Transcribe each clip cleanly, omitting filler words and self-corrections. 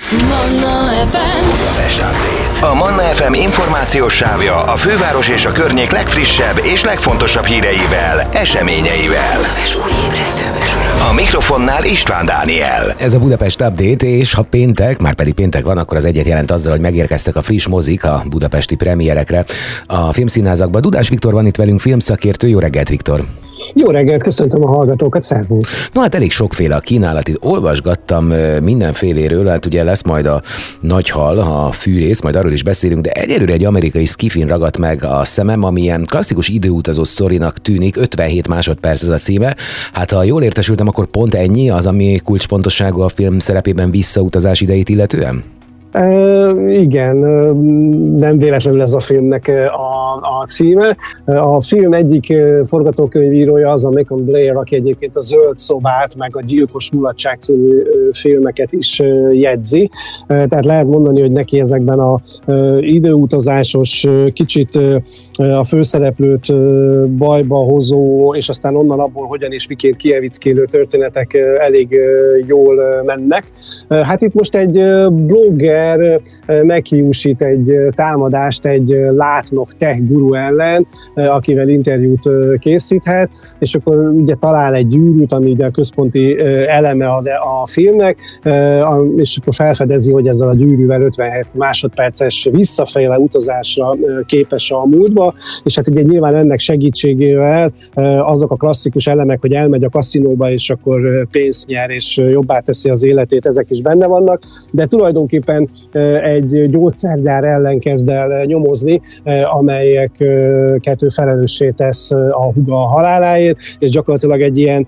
Manna FM. A Manna FM információs sávja a főváros és a környék legfrissebb és legfontosabb híreivel, eseményeivel. A mikrofonnál István Dániel. Ez a Budapest Update, és ha péntek, már pedig péntek van, akkor az egyet jelent azzal, hogy megérkeztek a friss mozik a budapesti premierekre a filmszínházakba. Dudás Viktor van itt velünk, filmszakértő. Jó reggelt, Viktor! Jó reggelt, köszöntöm a hallgatókat, szervusz! No hát elég sokféle a kínálat, itt olvasgattam mindenféléről, hát ugye lesz majd a nagy hal, a fűrész, majd arról is beszélünk, de egyelőre egy amerikai skifin ragadt meg a szemem, ami ilyen klasszikus időutazó sztorinak tűnik, 57 másodperc ez a címe. Hát ha jól értesültem, akkor pont ennyi az, ami kulcsfontosságú a film szerepében visszautazás idejét illetően? Igen, nem véletlenül ez a filmnek a címe. A film egyik forgatókönyvírója az a Macon Blair, aki egyébként a Zöld szobát, meg a Gyilkos mulatság című filmeket is jegyzi. Tehát lehet mondani, hogy neki ezekben a időutazásos, kicsit a főszereplőt bajba hozó, és aztán onnan abból hogyan és miként kievickélő történetek elég jól mennek. Hát itt most egy blogger meghiúsít egy támadást egy látnok tech guru ellen, akivel interjút készíthet, és akkor ugye talál egy gyűrűt, ami ugye a központi eleme a filmnek, és akkor felfedezi, hogy ezzel a gyűrűvel 57 másodperces visszafele utazásra képes a múltba, és hát ugye nyilván ennek segítségével azok a klasszikus elemek, hogy elmegy a kaszinóba, és akkor pénzt nyer, és jobbá teszi az életét, ezek is benne vannak, de tulajdonképpen egy gyógyszergyár ellen kezd el nyomozni, amelyeket ő felelőssé tesz a húga haláláért, és gyakorlatilag egy ilyen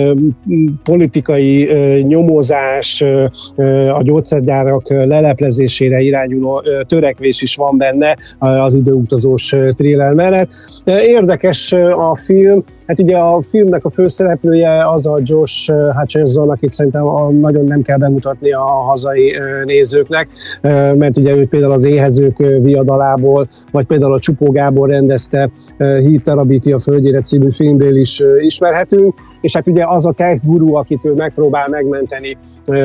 politikai nyomozás, a gyógyszergyárak leleplezésére irányuló törekvés is van benne az időutazós thriller mellett. Érdekes a film. Hát ugye a filmnek a főszereplője az a Josh Hutcherson, akit szerintem nagyon nem kell bemutatni a hazai nézőknek, mert ugye őt például az Éhezők viadalából, vagy például a Csupó Gábor rendezte Híd Terabiti a földjére című filmből is ismerhetünk, és hát ugye az a tech guru, akit ő megpróbál megmenteni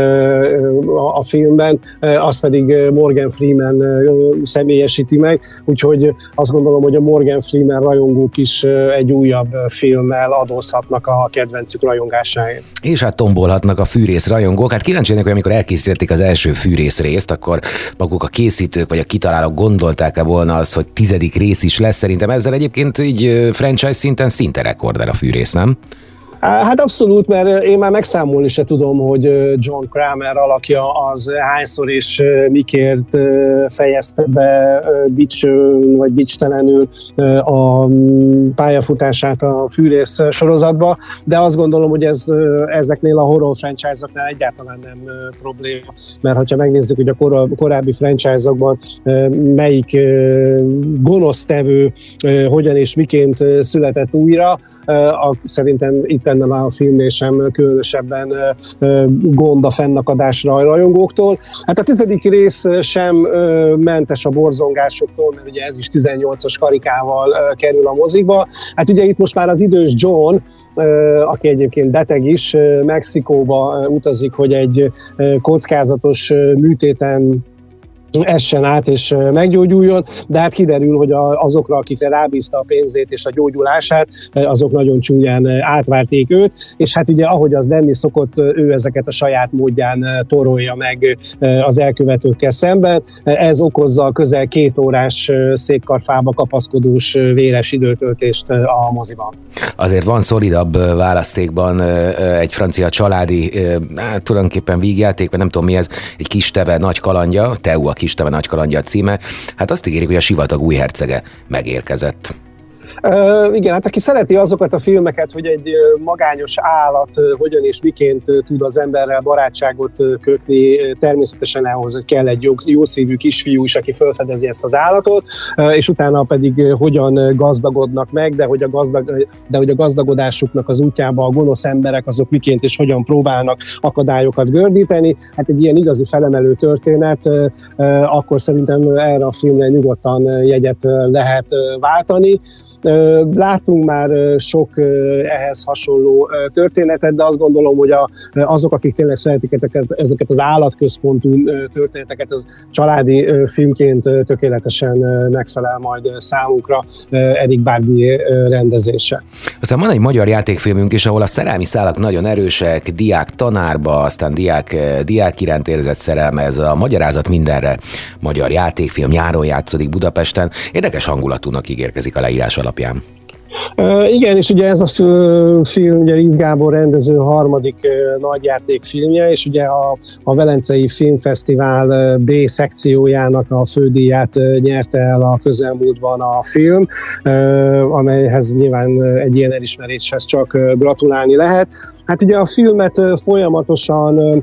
a filmben, az pedig Morgan Freeman személyesíti meg, úgyhogy azt gondolom, hogy a Morgan Freeman rajongók is egy újabb filmmel adózhatnak a kedvencük rajongásáért. És hát tombolhatnak a fűrész rajongók. Hát kíváncsi vagyok, hogy amikor elkészítették az első fűrész részt, akkor maguk a készítők vagy a kitalálók gondolták-e volna azt, hogy 10. rész is lesz. Szerintem ezzel egyébként így franchise szinten szinte rekorder a fűrész, nem? Hát abszolút, mert én már megszámolni se tudom, hogy John Kramer alakja az hányszor és mikért fejezte be dicsőn vagy dicstelenül a pályafutását a fűrész sorozatba, de azt gondolom, hogy ezeknél a horror franchise-oknál egyáltalán nem probléma, mert hogyha megnézzük, hogy a korábbi franchise-okban melyik gonosztevő hogyan és miként született újra, szerintem itt ennél a filmnél sem különösebben gond a fennakadásra a rajongóktól. Hát a 10. rész sem mentes a borzongásoktól, mert ugye ez is 18-as karikával kerül a mozikba. Hát ugye itt most már az idős John, aki egyébként beteg is, Mexikóba utazik, hogy egy kockázatos műtéten essen át és meggyógyuljon, de hát kiderül, hogy azokra, akikre rábízta a pénzét és a gyógyulását, azok nagyon csúnyán átvárték őt, és hát ugye ahogy az lenni szokott, ő ezeket a saját módján torolja meg az elkövetőkkel szemben. Ez okozza a közel 2 órás székkarfába kapaszkodós véres időtöltést a moziban. Azért van szolidabb választékban egy francia családi, tulajdonképpen vígjáték, vagy nem tudom mi ez, egy Kisteve nagy kalandja, Teu a Kisteve nagy kalandja címe. Hát azt ígérik, hogy a sivatag új hercege megérkezett. Igen, hát aki szereti azokat a filmeket, hogy egy magányos állat hogyan és miként tud az emberrel barátságot kötni, természetesen ahhoz, hogy kell egy jószívű kisfiú is, aki felfedezi ezt az állatot, és utána pedig hogyan gazdagodnak meg, de hogy a gazdagodásuknak az útjában a gonosz emberek azok miként és hogyan próbálnak akadályokat gördíteni. Hát egy ilyen igazi felemelő történet, akkor szerintem erre a filmre nyugodtan jegyet lehet váltani. Látunk már sok ehhez hasonló történetet, de azt gondolom, hogy azok, akik tényleg szeretik ezeket az állatközpontú történeteket, az családi filmként tökéletesen megfelel majd számukra Eric Barbier rendezése. Aztán van egy magyar játékfilmünk is, ahol a szerelmi szálak nagyon erősek, diák tanárba, aztán diák iránt érzett szerelme, ez a Magyarázat mindenre magyar játékfilm, nyáron játszódik Budapesten. Érdekes hangulatúnak ígérkezik a leírás alapján. Igen, és ugye ez a film, ugye Ríz Gábor rendező harmadik nagyjátékfilmje, és ugye a Velencei Filmfesztivál B szekciójának a fődíját nyerte el a közelmúltban a film, amelyhez nyilván egy ilyen elismeréshez csak gratulálni lehet. Hát ugye a filmet folyamatosan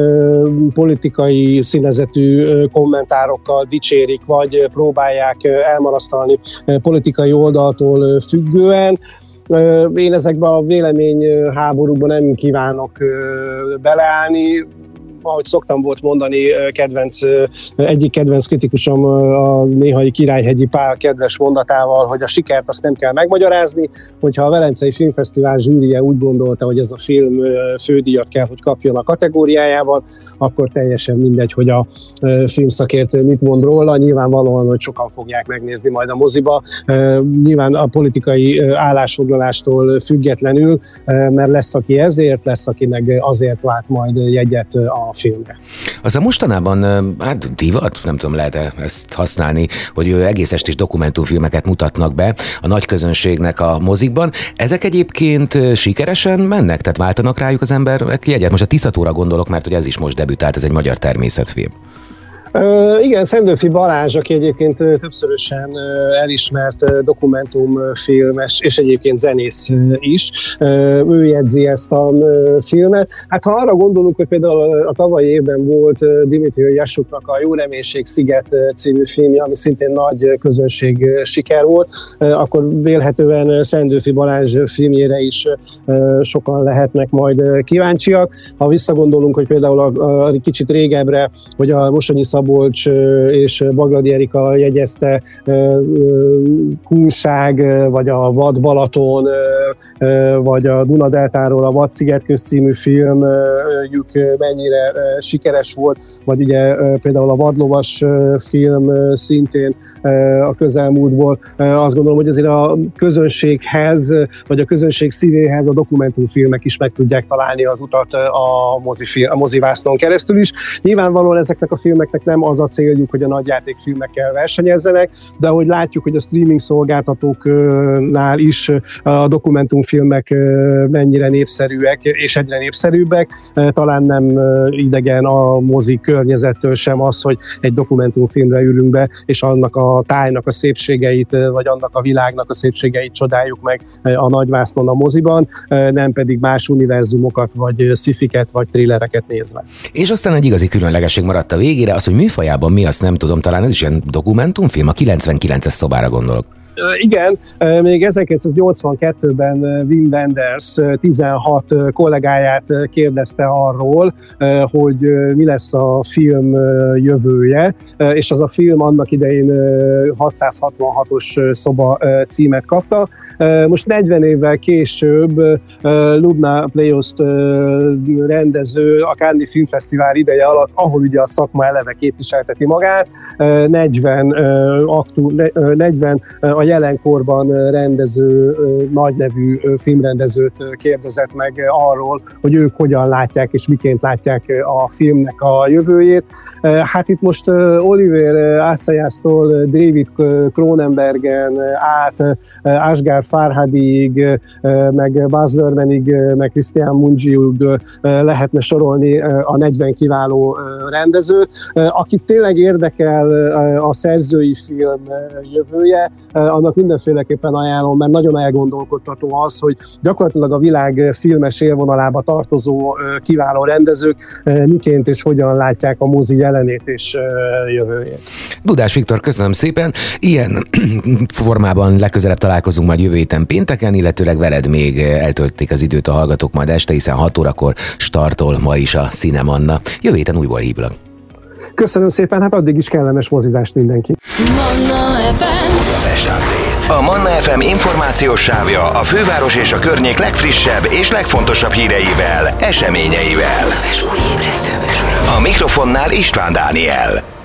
politikai színezetű kommentárokkal dicsérik, vagy próbálják elmarasztalni politikai oldaltól függően. Én ezekben a véleményháborúkban nem kívánok beleállni. Ahogy szoktam volt mondani, egyik kedvenc kritikusom, a néhai Királyhegyi Pál kedves mondatával, hogy a sikert azt nem kell megmagyarázni, hogyha a Velencei Filmfesztivál zsűrije úgy gondolta, hogy ez a film fődíjat kell, hogy kapjon a kategóriájában, akkor teljesen mindegy, hogy a filmszakértő mit mond róla. Nyilvánvalóan, hogy sokan fogják megnézni majd a moziba, nyilván a politikai állásfoglalástól függetlenül, mert lesz, aki ezért, lesz, aki meg azért vált majd jegyet a filmre. Aztán mostanában, hát divat, nem tudom, lehet ezt használni, hogy egész estés dokumentumfilmeket mutatnak be a nagy közönségnek a mozikban. Ezek egyébként sikeresen mennek? Tehát váltanak rájuk az emberek jegyet? Most a Tiszatóra gondolok, mert hogy ez is most debütált, ez egy magyar természetfilm. Igen, Szendőfi Balázs, aki egyébként többszörösen elismert dokumentumfilmes, és egyébként zenész is, ő jegyzi ezt a filmet. Hát ha arra gondolunk, hogy például a tavalyi évben volt Dimitri Jasuknak a Jó Reménység Sziget című filmje, ami szintén nagy közönség siker volt, akkor vélhetően Szendőfi Balázs filmjére is sokan lehetnek majd kíváncsiak. Ha visszagondolunk, hogy például a kicsit régebbre, hogy a Mosonyi Szabolcs és Bagladi Erika jegyezte Kunság, vagy a Vad Balaton, vagy a Dunadeltáról a Vad Szigetköz című filmjük mennyire sikeres volt, vagy ugye például a Vadlovas film szintén a közelmúltból. Azt gondolom, hogy azért a közönséghez, vagy a közönség szívéhez a dokumentumfilmek is meg tudják találni az utat a mozivásznon keresztül is. Nyilvánvalóan ezeknek a filmeknek nem az a céljuk, hogy a nagyjátékfilmekkel versenyezzenek, de ahogy látjuk, hogy a streaming szolgáltatóknál is a dokumentumfilmek mennyire népszerűek, és egyre népszerűbbek, talán nem idegen a mozi környezettől sem az, hogy egy dokumentumfilmre ülünk be, és annak a tájnak a szépségeit, vagy annak a világnak a szépségeit csodáljuk meg a nagyvásznon a moziban, nem pedig más univerzumokat, vagy sci-fiket, vagy thrillereket nézve. És aztán egy igazi különlegesség maradt a végére, az, hogy műfajában mi, azt nem tudom, talán ez is ilyen dokumentumfilm, a 99-es szobára gondolok. Igen, még 1982-ben Wim Wenders 16 kollégáját kérdezte arról, hogy mi lesz a film jövője, és az a film annak idején 666-os szoba címet kapta. Most 40 évvel később Ludna Plejost rendező a Cannes Filmfesztivál ideje alatt, ahol ugye a szakma eleve képviselteti magát, 40 a jelenkorban rendező, nagynevű filmrendezőt kérdezett meg arról, hogy ők hogyan látják és miként látják a filmnek a jövőjét. Hát itt most Oliver Assayastól David Cronenbergen át Asghar Farhadig, meg Baz Luhrmannig, meg Christian Mungiig lehetne sorolni a 40 kiváló rendezőt. Akit tényleg érdekel a szerzői film jövője, annak mindenféleképpen ajánlom, mert nagyon elgondolkodtató az, hogy gyakorlatilag a világ filmes élvonalába tartozó kiváló rendezők miként és hogyan látják a mozi jelenét és jövőjét. Dudás Viktor, köszönöm szépen. Ilyen formában legközelebb találkozunk majd jövő héten pénteken, illetőleg veled még eltöltik az időt a hallgatók majd este, hiszen 6 órakor startol ma is a Cinemanna. Jövő héten újból hívlak. Köszönöm szépen, hát addig is kellemes mozizást mindenki. Manna FM. A Manna FM információs sávja a főváros és a környék legfrissebb és legfontosabb híreivel, eseményeivel. A mikrofonnál István Dániel.